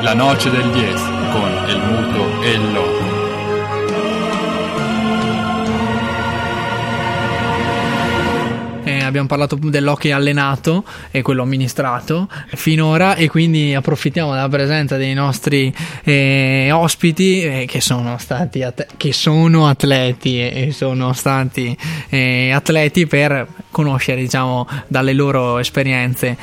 La noce del 10 con El Muto e il Loco. Abbiamo parlato dell'hockey allenato e quello amministrato finora, e quindi approfittiamo della presenza dei nostri ospiti che sono stati atleti e sono stati atleti, per conoscere, diciamo, dalle loro esperienze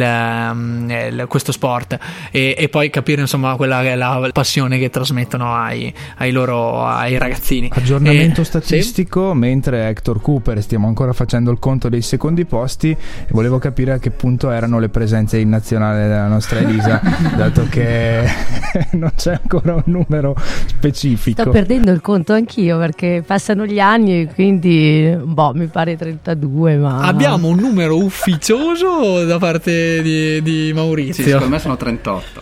questo sport e poi capire, insomma, quella che è la passione che trasmettono ai ragazzini. Aggiornamento statistico, sì? Mentre Hector Cooper stiamo ancora facendo il conto dei secondi posti, volevo capire a che punto erano le presenze in nazionale della nostra Elisa, dato che non c'è ancora un numero specifico. Sto perdendo il conto anch'io, perché passano gli anni e quindi mi pare 32, ma abbiamo un numero ufficioso da parte di Maurizio. Sì, secondo me sono 38.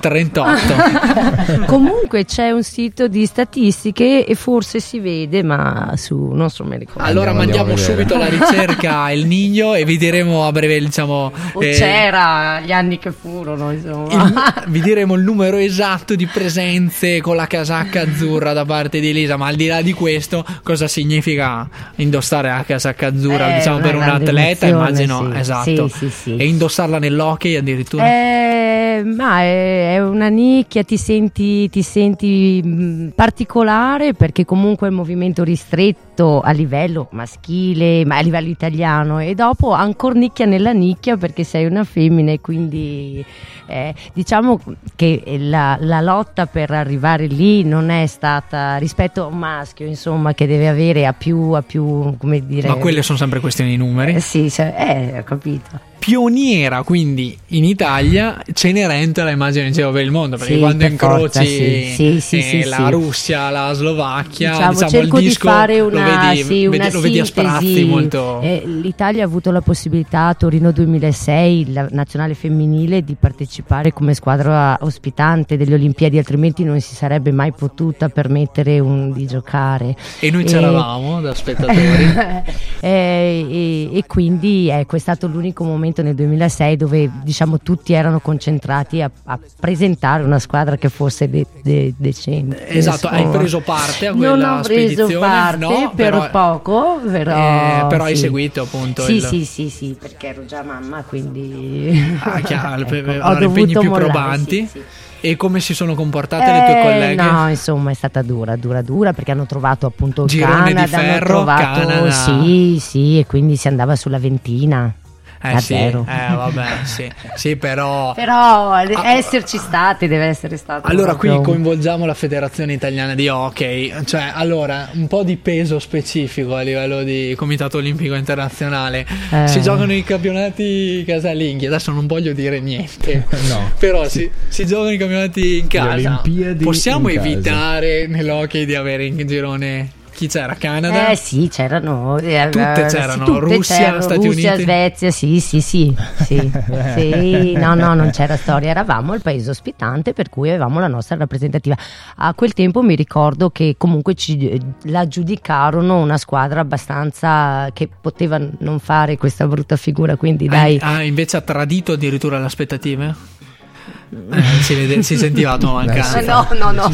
Comunque c'è un sito di statistiche e forse si vede, ma non so, me ricordo. Allora mandiamo subito la ricerca El Niño e vi diremo a breve, diciamo, c'era gli anni che furono, insomma. Vi diremo il numero esatto di presenze con la casacca azzurra da parte di Elisa, ma al di là di questo, cosa significa indossare la casacca azzurra, diciamo, per un atleta, immagino, sì. Esatto. Sì. E indossarla nell'hockey addirittura? Ma è una nicchia, ti senti particolare, perché comunque è un movimento ristretto a livello maschile, ma a livello italiano, e dopo ancora nicchia nella nicchia, perché sei una femmina, e quindi diciamo che la lotta per arrivare lì non è stata rispetto a un maschio, insomma, che deve avere a più, come dire. Ma quelle sono sempre questioni di numeri? Sì, ho capito. Pioniera quindi in Italia, Cenerentola, immagino, in giro per il mondo, perché quando incroci la Russia, la Slovacchia, diciamo cerco il disco di fare lo vedi a sprazzi molto. L'Italia ha avuto la possibilità a Torino 2006, la nazionale femminile, di partecipare come squadra ospitante delle Olimpiadi, altrimenti non si sarebbe mai potuta permettere di giocare. E noi c'eravamo da spettatori. E quindi è stato l'unico momento nel 2006 dove, diciamo, tutti erano concentrati a presentare una squadra che fosse decente. Esatto, hai preso parte a quella non ho preso spedizione? parte, no, per poco, però sì. Hai seguito, appunto, sì, perché ero già mamma, quindi ho impegni più probanti. Sì. E come si sono comportate le tue colleghe? No, insomma, è stata dura, perché hanno trovato appunto il girone Canada, di ferro, Canada. Sì, e quindi si andava sulla ventina. Sì, però esserci state, deve essere stato. Allora qui coinvolgiamo la Federazione Italiana di Hockey, cioè, allora, un po' di peso specifico a livello di Comitato Olimpico Internazionale. Si giocano i campionati casalinghi, adesso non voglio dire niente, no, però si giocano i campionati in casa. Possiamo evitare nell'hockey di avere in girone? Chi c'era? Canada? Sì, c'erano. Tutte c'erano. Russia, Stati Uniti. Svezia, sì. No, non c'era storia. Eravamo il paese ospitante, per cui avevamo la nostra rappresentativa. A quel tempo mi ricordo che comunque la giudicarono una squadra abbastanza che poteva non fare questa brutta figura, quindi dai. Invece ha tradito addirittura le aspettative? Si sentiva la tua mancanza. No.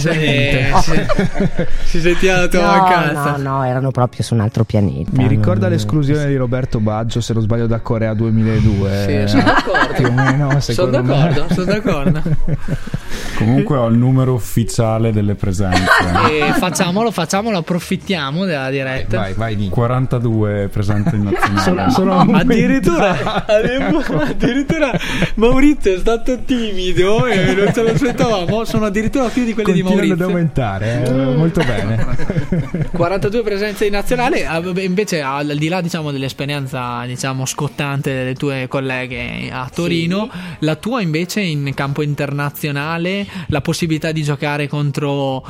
Si sentiva la tua mancanza. No, erano proprio su un altro pianeta. Mi ricorda l'esclusione di Roberto Baggio, se non sbaglio, da Corea 2002. Sì, sono d'accordo. Più o meno, sono d'accordo. Comunque ho il numero ufficiale delle presenze. Facciamolo, approfittiamo della diretta. Vai. 42 presenze in nazionale. Sono addirittura Maurizio è stato timido e non ce l'aspettavamo. Sono addirittura più di quelli di Maurizio. Ad aumentare, molto bene. 42 presenze in nazionale. Invece, al di là, diciamo, dell'esperienza, diciamo, scottante delle tue colleghe a Torino, la tua invece in campo internazionale, la possibilità di giocare contro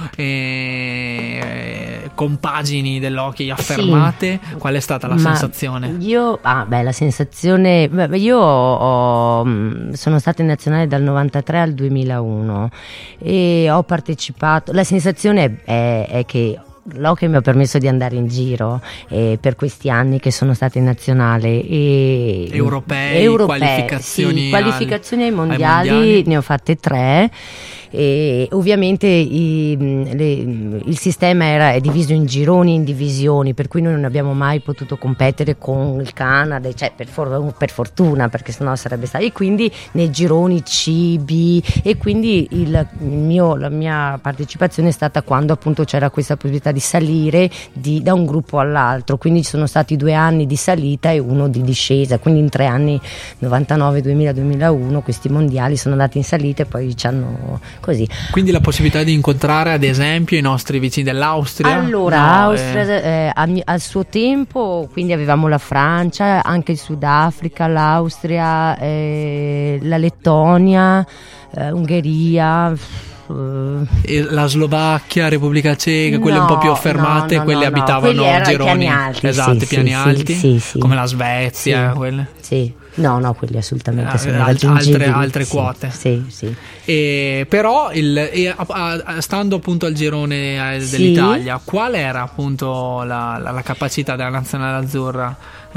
compagini dell'hockey affermate, qual è stata la sensazione? La sensazione, io sono stata in nazionale dal 93 al 2001 e ho partecipato. La sensazione è che l'hockey mi ha permesso di andare in giro per questi anni che sono stata in nazionale e europei, qualificazioni, sì, qualificazioni ai mondiali ne ho fatte 3. E ovviamente il sistema è diviso in gironi, in divisioni, per cui noi non abbiamo mai potuto competere con il Canada, cioè per fortuna, perché sennò sarebbe stato, e quindi nei gironi C, B, e quindi la mia partecipazione è stata quando appunto c'era questa possibilità di salire da un gruppo all'altro, quindi ci sono stati 2 anni di salita e 1 di discesa, quindi in 3 anni 99, 2000, 2001 questi mondiali sono andati in salita e poi ci hanno così. Quindi la possibilità di incontrare ad esempio i nostri vicini dell'Austria? Allora, Austria al suo tempo, quindi avevamo la Francia, anche il Sudafrica, l'Austria, la Lettonia, Ungheria, e la Slovacchia, Repubblica Ceca, quelle un po' più affermate, quelle abitavano a gironi piani alti, esatto, piani alti, sì. come la Svezia, quelle. Sì. No, quelli assolutamente sono raggiungibili. Altre quote. Sì. Però stando appunto al girone dell'Italia, qual era appunto la capacità della nazionale azzurra?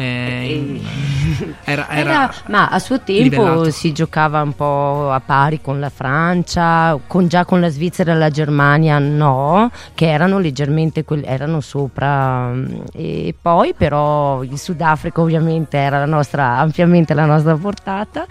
Ma a suo tempo livellato. Si giocava un po' a pari con la Francia, già con la Svizzera e la Germania no, che erano leggermente erano sopra, e poi però il Sudafrica ovviamente era ampiamente la nostra portata.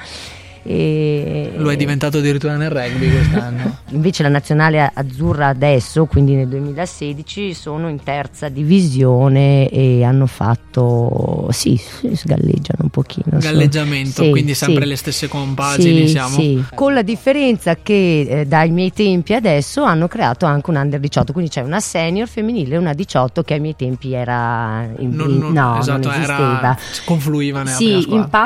Lo è diventato addirittura nel rugby quest'anno. Invece la nazionale azzurra adesso, quindi nel 2016, sono in 3ª divisione e hanno fatto sgalleggiano un pochino. Galleggiamento, quindi sempre le stesse compagini siamo. Sì. Con la differenza che dai miei tempi adesso hanno creato anche un under 18, quindi c'è una senior femminile e una 18 che ai miei tempi era non esisteva. Confluiva nella prima squadra. In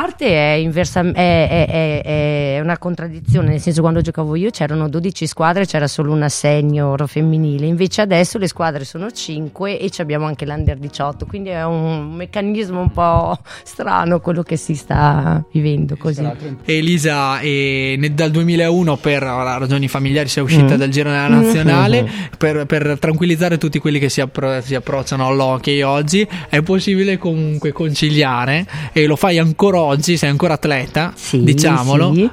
parte è una contraddizione, nel senso, quando giocavo io c'erano 12 squadre, c'era solo una senior femminile, invece adesso le squadre sono 5 e abbiamo anche l'Under 18, quindi è un meccanismo un po' strano quello che si sta vivendo così. Elisa dal 2001 per ragioni familiari si è uscita dal girone della nazionale. Per tranquillizzare tutti quelli che si approcciano all'hockey oggi, è possibile comunque conciliare, e lo fai ancora oggi, sei ancora atleta, diciamolo.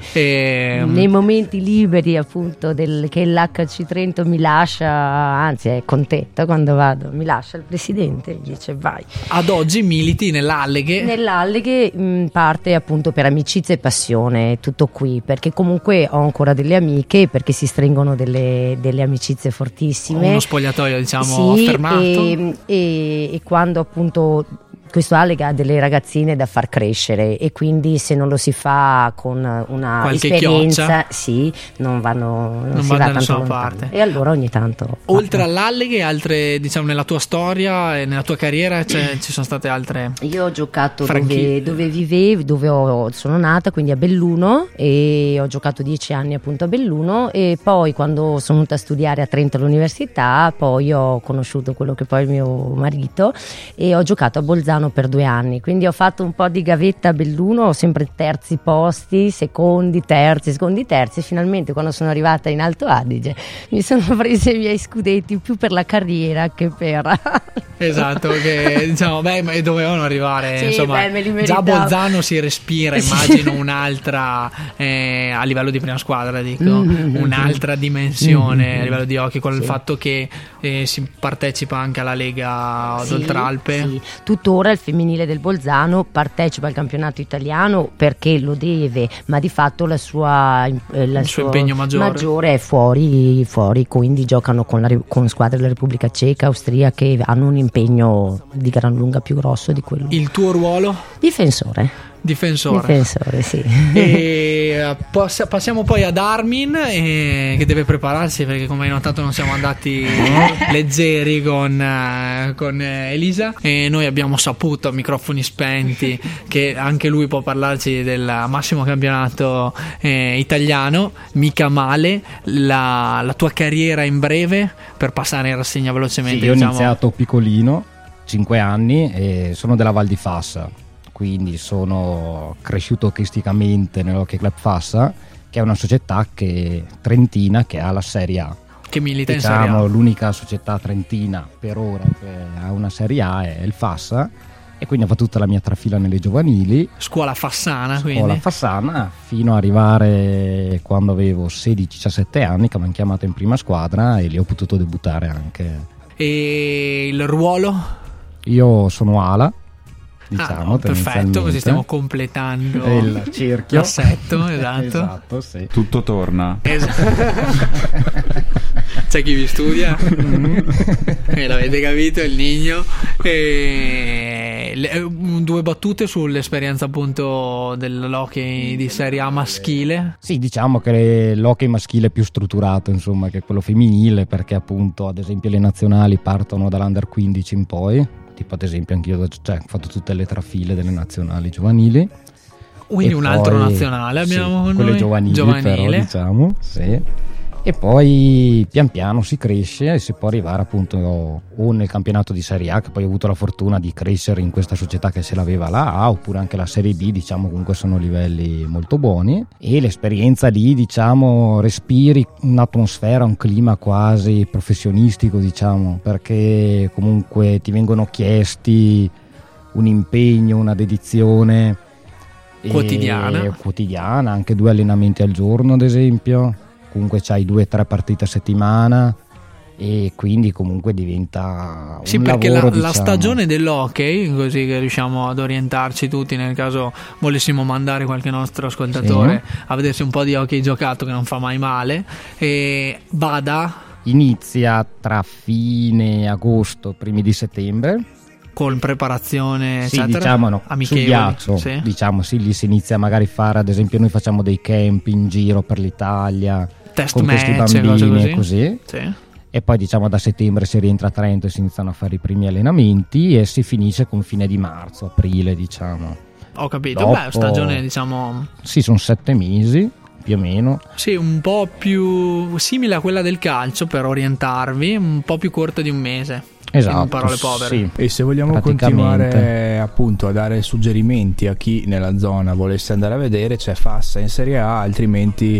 Nei momenti liberi appunto che l'HC Trento mi lascia, anzi è contenta quando vado, mi lascia il presidente e dice vai. Ad oggi militi nell'Alleghe in parte appunto per amicizia e passione, tutto qui, perché comunque ho ancora delle amiche, perché si stringono delle amicizie fortissime, uno spogliatoio affermato, e quando appunto questo Allega ha delle ragazzine da far crescere, e quindi se non lo si fa con una qualche esperienza chioccia, non si va da tanto nessuna lontano. parte. E allora ogni tanto, oltre all'Alleghe, altre, diciamo, nella tua storia e nella tua carriera ci sono state altre? Io ho giocato dove vivevo, sono nata, quindi a Belluno, e ho giocato 10 anni appunto a Belluno, e poi quando sono venuta a studiare a Trento all'università, poi ho conosciuto quello che poi è il mio marito, e ho giocato a Bolzano per 2 anni, quindi ho fatto un po' di gavetta a Belluno, ho sempre terzi posti, secondi, terzi, e finalmente quando sono arrivata in Alto Adige mi sono prese i miei scudetti più per la carriera che per esatto, che diciamo dovevano arrivare, insomma, me li già a meritavo. Bolzano si respira, immagino un'altra a livello di prima squadra, dico, un'altra dimensione a livello di hockey, con il fatto che si partecipa anche alla Lega d'Oltralpe. Tuttora il femminile del Bolzano partecipa al campionato italiano perché lo deve, ma di fatto il suo impegno maggiore è fuori, quindi giocano con squadre della Repubblica Ceca, Austria, che hanno un impegno di gran lunga più grosso di quello. Il tuo ruolo? Difensore, sì. E passiamo poi ad Armin, che deve prepararsi, perché come hai notato non siamo andati leggeri con Elisa, e noi abbiamo saputo a microfoni spenti che anche lui può parlarci del massimo campionato italiano. Mica male. La tua carriera in breve, per passare in rassegna velocemente. Io ho iniziato piccolino, 5 anni, e sono della Val di Fassa, quindi sono cresciuto hockeyisticamente nell'Hockey Club Fassa, che è una società trentina che ha la Serie A. che milita in Serie diciamo A. l'unica società trentina per ora che ha una Serie A è il Fassa, e quindi ho fatto tutta la mia trafila nelle giovanili, Scuola fassana, scuola quindi. fassana, fino ad arrivare quando avevo 16-17 anni che mi hanno chiamato in prima squadra e lì ho potuto debuttare anche. E il ruolo? Io sono ala, diciamo, perfetto, così stiamo completando il cerchio, l'assetto. Esatto. Esatto, sì. Tutto torna. C'è chi vi studia e l'avete capito, il Nigno. Due battute sull'esperienza appunto dell'hockey di Serie A maschile. Sì, diciamo che l'hockey maschile è più strutturato, insomma, che quello femminile, perché appunto ad esempio le nazionali partono dall'under 15 in poi, tipo ad esempio anch'io ho fatto tutte le trafile delle nazionali giovanili. Quindi E un poi, altro nazionale abbiamo con quelle noi. giovanili però, diciamo, sì. E poi pian piano si cresce e si può arrivare appunto o nel campionato di Serie A, che poi ho avuto la fortuna di crescere in questa società che se l'aveva la A, oppure anche la Serie B, diciamo, comunque sono livelli molto buoni, e l'esperienza lì, diciamo, respiri un'atmosfera, un clima quasi professionistico, diciamo, perché comunque ti vengono chiesti un impegno, una dedizione quotidiana, anche 2 allenamenti al giorno ad esempio. Comunque c'hai 2-3 partite a settimana e quindi comunque diventa un perché lavoro, la stagione dell'hockey, così che riusciamo ad orientarci tutti nel caso volessimo mandare qualche nostro ascoltatore a vedersi un po' di hockey giocato, che non fa mai male, e inizia tra fine agosto, primi di settembre, con preparazione sì, eccetera, diciamo no, amichevoli, sul ghiaccio, sì. Diciamo sì, lì si inizia magari a fare, ad esempio noi facciamo dei camp in giro per l'Italia, test con match, questi bambini cose e così. Sì. E poi diciamo da settembre si rientra a Trento e si iniziano a fare i primi allenamenti e si finisce con fine di marzo, aprile, diciamo. Ho capito. Dopo, Stagione diciamo sì, sono 7 mesi più o meno. Sì, un po' più simile a quella del calcio, per orientarvi, un po' più corta di un mese. Esatto, in parole povere. sì. E se vogliamo continuare appunto a dare suggerimenti a chi nella zona volesse andare a vedere, c'è Fassa in Serie A, altrimenti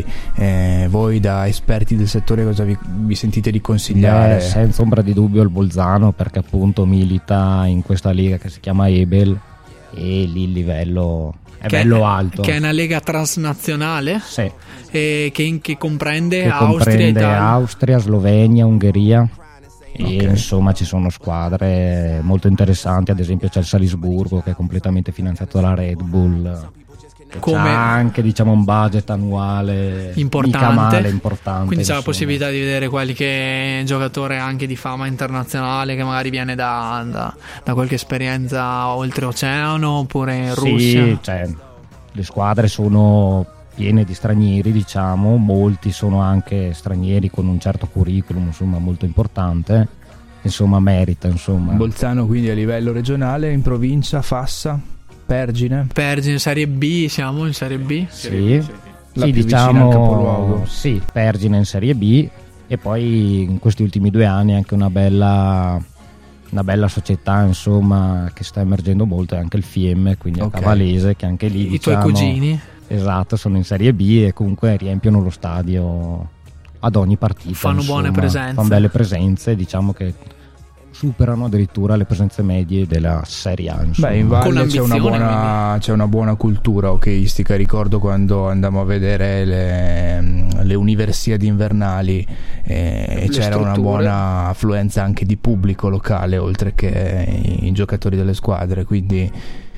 voi da esperti del settore cosa vi sentite di consigliare? Senza ombra di dubbio il Bolzano, perché appunto milita in questa lega che si chiama Ebel e lì il livello è bello alto. Che è una lega transnazionale? Sì. E che comprende che Austria, comprende Italia, Austria, Slovenia, Ungheria. Okay. E insomma ci sono squadre molto interessanti, ad esempio c'è il Salisburgo che è completamente finanziato dalla Red Bull, che c'ha anche diciamo un budget annuale importante, quindi c'è la insomma. Possibilità di vedere qualche giocatore anche di fama internazionale che magari viene da qualche esperienza oltreoceano oppure in Russia. Sì, cioè, le squadre sono piene di stranieri, diciamo, molti sono anche stranieri con un certo curriculum, insomma, molto importante, insomma, merita, insomma. Bolzano quindi a livello regionale, in provincia, Fassa, Pergine, Serie B, siamo in Serie B? Sì, la sì, più vicina diciamo, al capoluogo. Sì, Pergine in Serie B, e poi in questi ultimi 2 anni anche una bella società, insomma, che sta emergendo molto, è anche il FIEM, quindi a Cavalese, che anche lì, i tuoi cugini. Esatto, sono in Serie B e comunque riempiono lo stadio ad ogni partita. Fanno buone presenze. Fanno belle presenze, diciamo che superano addirittura le presenze medie della Serie A. Insomma. Beh, in Valle c'è una buona cultura hockeyistica. Ricordo quando andammo a vedere le universiadi invernali e c'era una buona affluenza anche di pubblico locale, oltre che i giocatori delle squadre, quindi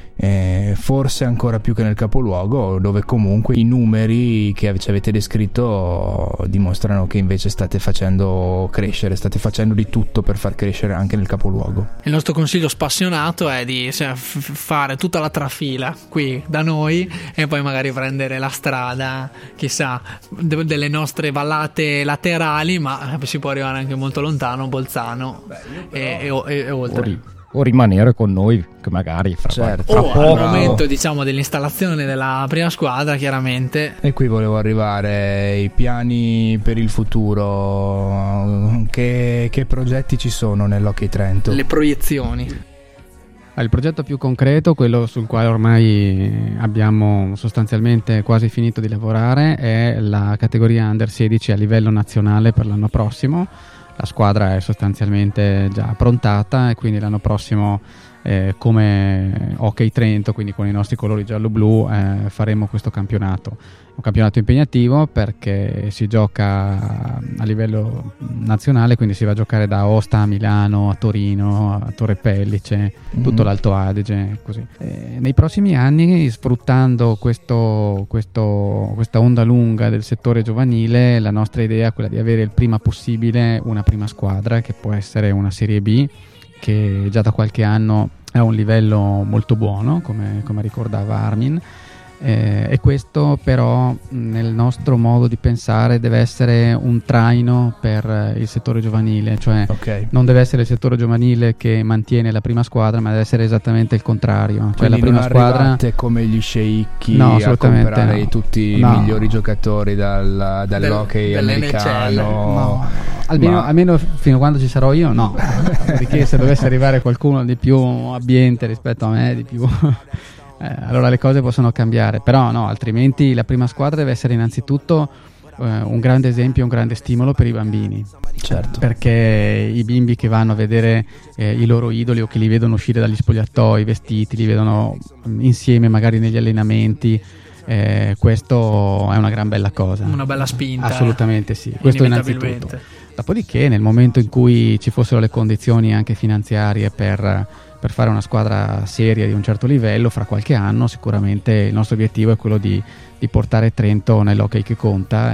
forse ancora più che nel capoluogo, dove comunque i numeri che ci avete descritto dimostrano che invece state facendo di tutto per far crescere anche nel capoluogo. Il nostro consiglio spassionato è di fare tutta la trafila qui da noi e poi magari prendere la strada, chissà, delle nostre vallate laterali, ma si può arrivare anche molto lontano, Bolzano e oltre. O rimanere con noi, che magari fra poco, al momento diciamo dell'installazione della prima squadra, chiaramente. E qui volevo arrivare, i piani per il futuro, che progetti ci sono nell'Hockey Trento? Le proiezioni. Il progetto più concreto, quello sul quale ormai abbiamo sostanzialmente quasi finito di lavorare, è la categoria Under 16 a livello nazionale per l'anno prossimo. La squadra è sostanzialmente già approntata e quindi l'anno prossimo come Hockey Trento, quindi con i nostri colori giallo-blu, faremo questo campionato. Un campionato impegnativo perché si gioca a livello nazionale, quindi si va a giocare da Aosta a Milano, a Torino, a Torre Pellice, tutto l'Alto Adige, così. Nei prossimi anni, sfruttando questa onda lunga del settore giovanile, la nostra idea è quella di avere il prima possibile una prima squadra, che può essere una Serie B, che già da qualche anno ha un livello molto buono, come ricordava Armin. E questo però nel nostro modo di pensare deve essere un traino per il settore giovanile, cioè non deve essere il settore giovanile che mantiene la prima squadra, ma deve essere esattamente il contrario, cioè la prima squadra come gli sceicchi a comprare tutti i migliori giocatori dall'hockey americano. Almeno fino a quando ci sarò io no. Perché se dovesse arrivare qualcuno di più abbiente rispetto a me, di più allora le cose possono cambiare, però no, altrimenti la prima squadra deve essere innanzitutto un grande esempio, un grande stimolo per i bambini. Certo. Perché i bimbi che vanno a vedere i loro idoli o che li vedono uscire dagli spogliatoi vestiti, li vedono insieme magari negli allenamenti, questo è una gran bella cosa, una bella spinta. Assolutamente sì, questo innanzitutto. Dopodiché nel momento in cui ci fossero le condizioni anche finanziarie per fare una squadra seria di un certo livello, fra qualche anno sicuramente il nostro obiettivo è quello di portare Trento nell'hockey che conta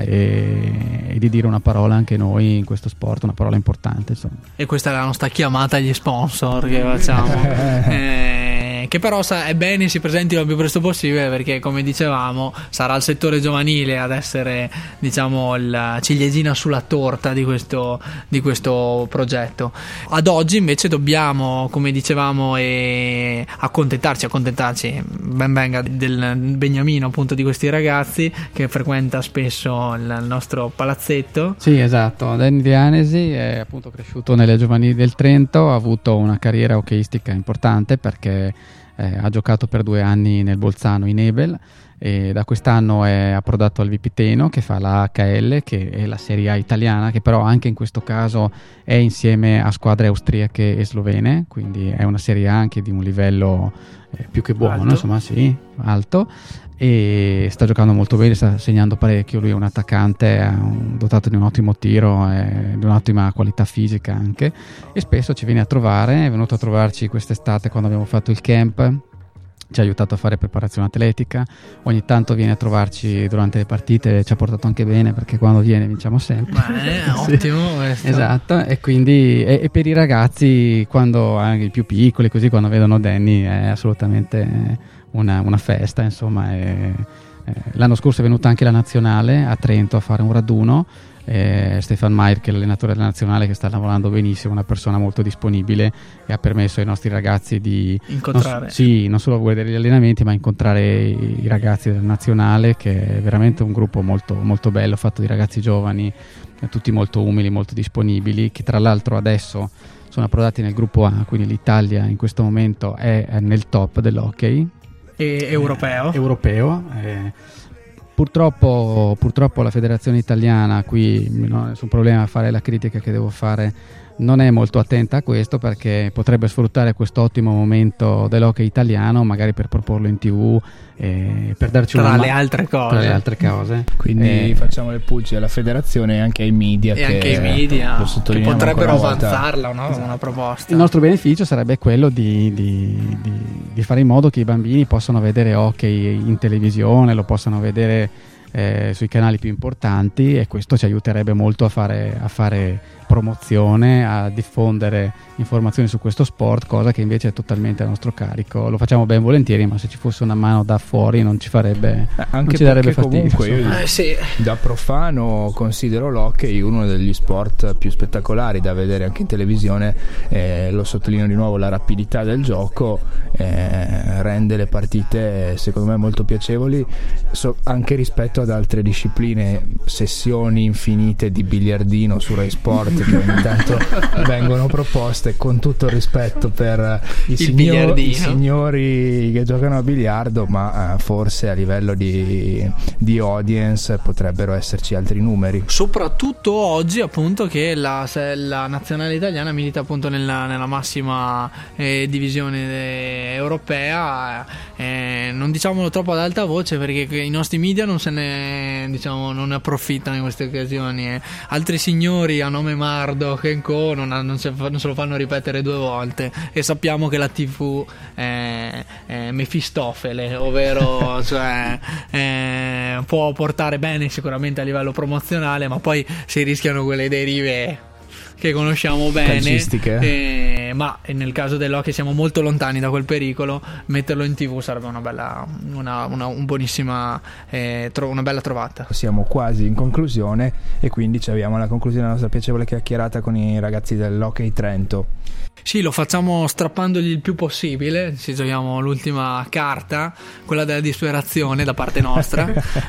e di dire una parola anche noi in questo sport, una parola importante, insomma. E questa è la nostra chiamata agli sponsor che facciamo. Che però è bene si presentino il più presto possibile, perché come dicevamo sarà il settore giovanile ad essere, diciamo, la ciliegina sulla torta di questo progetto. Ad oggi invece dobbiamo, come dicevamo, accontentarci, ben venga del beniamino appunto di questi ragazzi che frequenta spesso il nostro palazzetto. Sì, esatto. Danny Dianesi è appunto cresciuto nelle giovanili del Trento, ha avuto una carriera hockeyistica importante perché ha giocato per 2 anni nel Bolzano in Ebel e da quest'anno è approdato al Vipiteno, che fa la AHL, che è la Serie A italiana, che però anche in questo caso è insieme a squadre austriache e slovene, quindi è una Serie A anche di un livello più che buono, alto. Insomma sì, alto, e sta giocando molto bene, sta segnando parecchio. Lui è un attaccante dotato di un ottimo tiro e di un'ottima qualità fisica anche, e spesso ci viene a trovare. È venuto a trovarci quest'estate quando abbiamo fatto il camp, ci ha aiutato a fare preparazione atletica, ogni tanto viene a trovarci durante le partite, ci ha portato anche bene perché quando viene vinciamo sempre. Sì. Ottimo questo. Esatto, e quindi e per i ragazzi, quando anche i più piccoli, così, quando vedono Danny è assolutamente una festa, insomma. L'anno scorso è venuta anche la nazionale a Trento a fare un raduno. Stefan Maier, che è l'allenatore della nazionale, che sta lavorando benissimo, una persona molto disponibile, e ha permesso ai nostri ragazzi di incontrare non solo vedere gli allenamenti, ma incontrare i ragazzi della nazionale, che è veramente un gruppo molto, molto bello, fatto di ragazzi giovani, tutti molto umili, molto disponibili, che tra l'altro adesso sono approdati nel gruppo A, quindi l'Italia in questo momento è nel top dell'hockey europeo. Purtroppo la federazione italiana, qui non ho nessun problema a fare la critica che devo fare, non è molto attenta a questo, perché potrebbe sfruttare questo ottimo momento dell'hockey italiano magari per proporlo in TV, per darci tra le altre cose. Quindi facciamo le pulci alla federazione e anche ai media, che potrebbero avanzarla una proposta. Il nostro beneficio sarebbe quello di fare in modo che i bambini possano vedere hockey in televisione, lo possano vedere sui canali più importanti, e questo ci aiuterebbe molto a fare promozione, a diffondere informazioni su questo sport, cosa che invece è totalmente a nostro carico. Lo facciamo ben volentieri, ma se ci fosse una mano da fuori non ci farebbe, non ci darebbe fastidio. Comunque io da profano considero l'hockey uno degli sport più spettacolari da vedere anche in televisione. Lo sottolineo di nuovo, la rapidità del gioco rende le partite secondo me molto piacevoli, anche rispetto ad altre discipline, sessioni infinite di biliardino su Rai Sport che ogni tanto vengono proposte, con tutto il rispetto per i signori che giocano a biliardo, ma forse a livello di audience potrebbero esserci altri numeri, soprattutto oggi, appunto, che la nazionale italiana milita appunto nella massima divisione europea. Non diciamolo troppo ad alta voce, perché i nostri media non ne approfittano in queste occasioni. Altri signori a nome Murdoch e Co non se lo fanno ripetere 2 volte, e sappiamo che la TV è Mefistofele, ovvero cioè, può portare bene sicuramente a livello promozionale, ma poi si rischiano quelle derive che conosciamo bene, calcistiche. Ma nel caso dell'hockey siamo molto lontani da quel pericolo. Metterlo in TV sarebbe una bella trovata. Siamo quasi in conclusione, e quindi ci avviamo alla conclusione della nostra piacevole chiacchierata con i ragazzi dell'Hockey Trento. Sì, lo facciamo strappandogli il più possibile. Ci giochiamo l'ultima carta, quella della disperazione da parte nostra.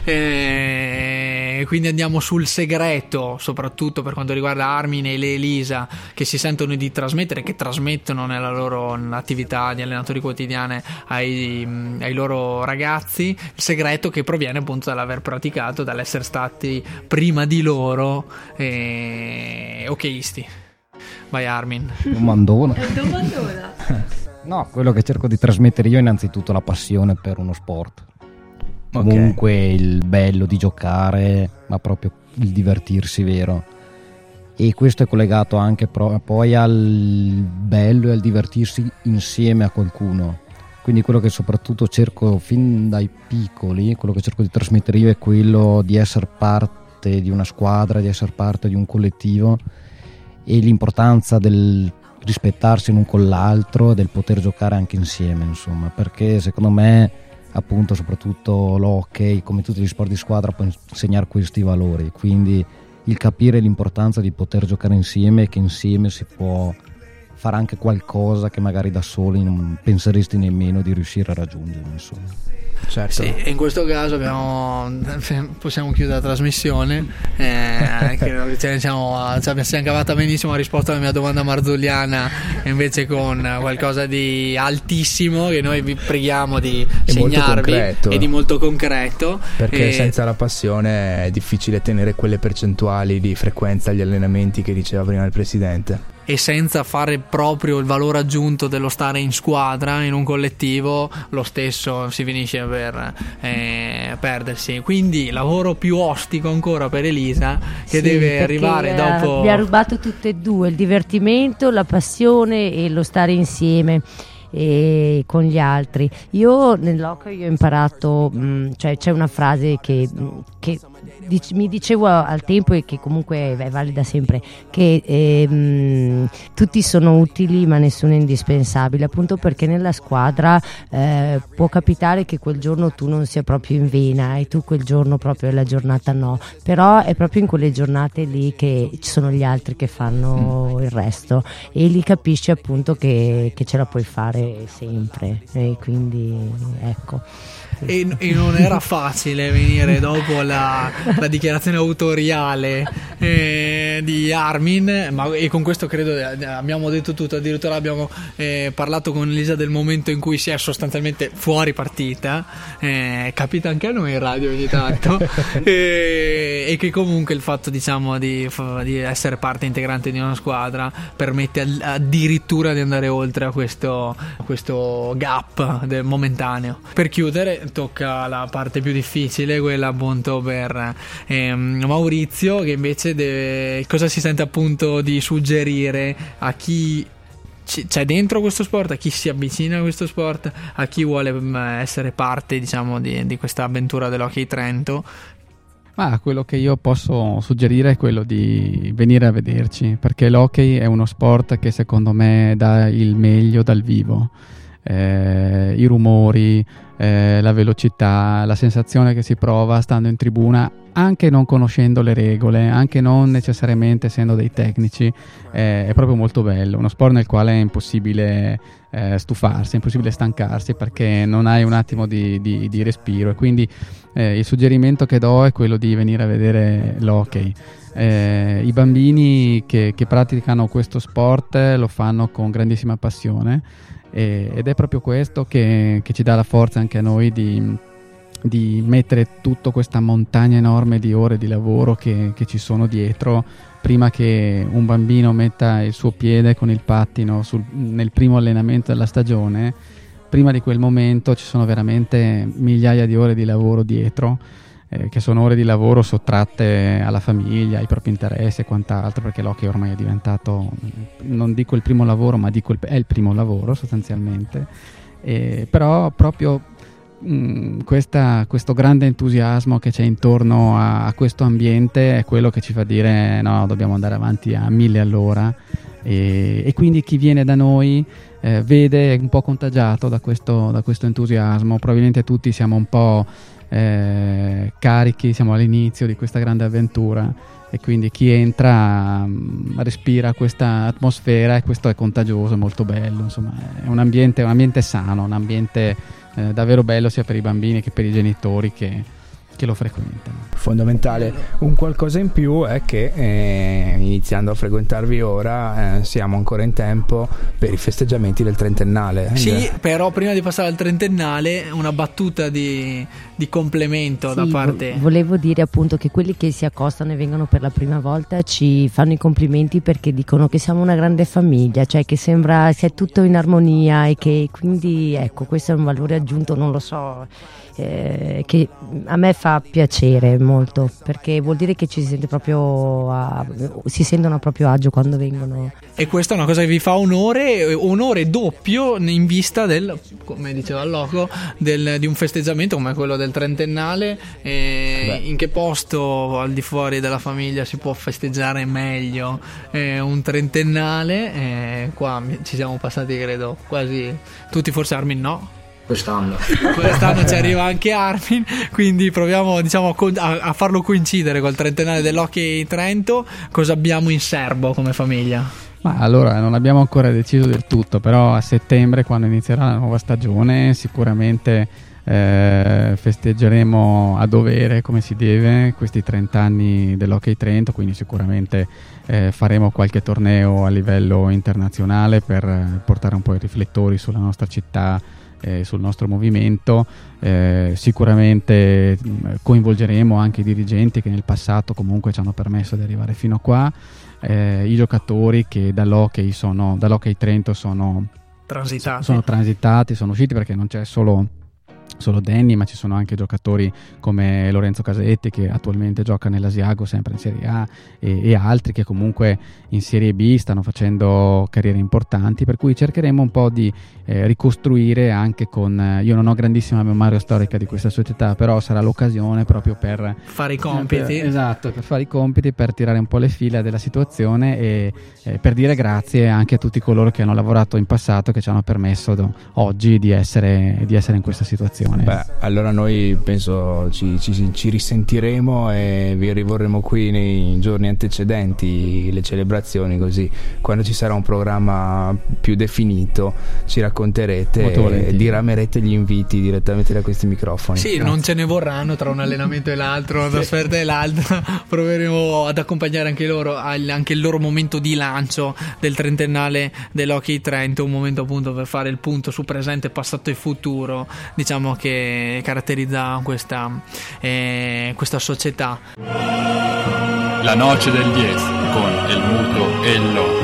Quindi andiamo sul segreto, soprattutto per quanto riguarda Armin e Elisa, che si sentono di trasmettere, che trasmettono nella loro attività di allenatori quotidiane ai loro ragazzi. Il segreto che proviene appunto dall'aver praticato, dall'essere stati prima di loro hockeyisti. Vai Armin. Domandona. No, quello che cerco di trasmettere io è innanzitutto la passione per uno sport. Comunque il bello di giocare, ma proprio il divertirsi vero. E questo è collegato anche poi al bello e al divertirsi insieme a qualcuno. Quindi quello che soprattutto cerco fin dai piccoli, quello che cerco di trasmettere io è quello di essere parte di una squadra, di essere parte di un collettivo, e l'importanza del rispettarsi l'un con l'altro, del poter giocare anche insieme, insomma, perché secondo me appunto soprattutto l'hockey, come tutti gli sport di squadra, può insegnare questi valori, quindi il capire l'importanza di poter giocare insieme, e che insieme si può fare anche qualcosa che magari da soli non penseresti nemmeno di riuscire a raggiungere, insomma. Certo. Sì, e in questo caso possiamo chiudere la trasmissione. Ci siamo cavata benissimo la risposta alla mia domanda marzulliana, invece con qualcosa di altissimo che noi vi preghiamo di segnarvi, e di molto concreto, perché senza la passione è difficile tenere quelle percentuali di frequenza agli allenamenti che diceva prima il presidente. E senza fare proprio il valore aggiunto dello stare in squadra, in un collettivo, lo stesso si finisce per perdersi. Quindi lavoro più ostico ancora per Elisa, che deve arrivare dopo. Mi ha rubato tutte e due, il divertimento, la passione e lo stare insieme e con gli altri. Io nell'hockey ho imparato, cioè c'è una frase che mi dicevo al tempo, e che comunque è valida sempre, che tutti sono utili ma nessuno è indispensabile, appunto perché nella squadra può capitare che quel giorno tu non sia proprio in vena, e tu quel giorno proprio la giornata no, però è proprio in quelle giornate lì che ci sono gli altri che fanno il resto, e lì capisci appunto che ce la puoi fare sempre, e quindi ecco. E non era facile venire dopo la dichiarazione autoriale di Armin, e con questo credo abbiamo detto tutto. Addirittura abbiamo parlato con Elisa del momento in cui si è sostanzialmente fuori partita, capita anche a noi in radio ogni tanto, e che comunque il fatto, diciamo, di essere parte integrante di una squadra permette addirittura di andare oltre a questo gap momentaneo. Per chiudere tocca la parte più difficile, quella appunto per Maurizio, che invece cosa si sente appunto di suggerire a chi c'è dentro questo sport, a chi si avvicina a questo sport, a chi vuole essere parte, diciamo, di questa avventura dell'Hockey Trento. Ma quello che io posso suggerire è quello di venire a vederci, perché l'hockey è uno sport che secondo me dà il meglio dal vivo. I rumori, la velocità, la sensazione che si prova stando in tribuna, anche non conoscendo le regole, anche non necessariamente essendo dei tecnici, è proprio molto bello. Uno sport nel quale è impossibile stufarsi, è impossibile stancarsi, perché non hai un attimo di respiro, e quindi il suggerimento che do è quello di venire a vedere l'hockey. I bambini che praticano questo sport lo fanno con grandissima passione, ed è proprio questo che ci dà la forza anche a noi di mettere tutta questa montagna enorme di ore di lavoro che ci sono dietro prima che un bambino metta il suo piede con il pattino nel primo allenamento della stagione. Prima di quel momento ci sono veramente migliaia di ore di lavoro dietro, che sono ore di lavoro sottratte alla famiglia, ai propri interessi e quant'altro, perché l'hockey ormai è diventato, non dico il primo lavoro, ma dico è il primo lavoro sostanzialmente. Però proprio questo grande entusiasmo che c'è intorno a questo ambiente è quello che ci fa dire no, dobbiamo andare avanti a 1000 all'ora, e quindi chi viene da noi vede un po' contagiato da questo entusiasmo. Probabilmente tutti siamo un po' carichi, siamo all'inizio di questa grande avventura, e quindi chi entra respira questa atmosfera, e questo è contagioso, è molto bello, insomma è un ambiente sano, un ambiente davvero bello sia per i bambini che per i genitori che lo frequentano. Fondamentale. Un qualcosa in più è che iniziando a frequentarvi ora siamo ancora in tempo per i festeggiamenti del trentennale. Sì, però prima di passare al trentennale una battuta di complemento da parte. Volevo dire appunto che quelli che si accostano e vengono per la prima volta ci fanno i complimenti perché dicono che siamo una grande famiglia, cioè che sembra sia tutto in armonia, e che quindi ecco, questo è un valore aggiunto, non lo so, che a me fa piacere molto, perché vuol dire che ci si sente si sentono a proprio agio quando vengono. E questa è una cosa che vi fa onore doppio in vista del, come diceva il loco, di un festeggiamento come quello del trentennale. In che posto al di fuori della famiglia si può festeggiare meglio un trentennale? Qua ci siamo passati credo quasi tutti, forse Armin no? Quest'anno ci arriva anche Armin, quindi proviamo a farlo coincidere col trentennale dell'Hockey Trento. Cosa abbiamo in serbo come famiglia? Ma allora non abbiamo ancora deciso del tutto, però a settembre, quando inizierà la nuova stagione, sicuramente festeggeremo a dovere, come si deve, questi 30 anni dell'Hockey Trento, quindi sicuramente faremo qualche torneo a livello internazionale per portare un po' i riflettori sulla nostra città, sul nostro movimento. Sicuramente coinvolgeremo anche i dirigenti che nel passato comunque ci hanno permesso di arrivare fino a qua, i giocatori che dall'Hockey Trento sono transitati, sono usciti, perché non c'è solo Danny, ma ci sono anche giocatori come Lorenzo Casetti, che attualmente gioca nell'Asiago sempre in Serie A, e altri che comunque in Serie B stanno facendo carriere importanti, per cui cercheremo un po' di ricostruire anche io non ho grandissima memoria storica di questa società, però sarà l'occasione proprio per fare i compiti. Per fare i compiti, per tirare un po' le fila della situazione e per dire grazie anche a tutti coloro che hanno lavorato in passato, che ci hanno permesso oggi di essere in questa situazione. Beh, allora noi penso ci risentiremo e vi rivorremo qui nei giorni antecedenti le celebrazioni, così quando ci sarà un programma più definito ci racconterete e diramerete gli inviti direttamente da questi microfoni. Sì, grazie. Non ce ne vorranno tra un allenamento e l'altro, una trasferta e l'altra. Proveremo ad accompagnare anche loro, anche il loro momento di lancio del trentennale dell'Hockey Trento, un momento appunto per fare il punto su presente, passato e futuro, diciamo, che caratterizza questa società. La noce del 10 con El Muto e el Loco.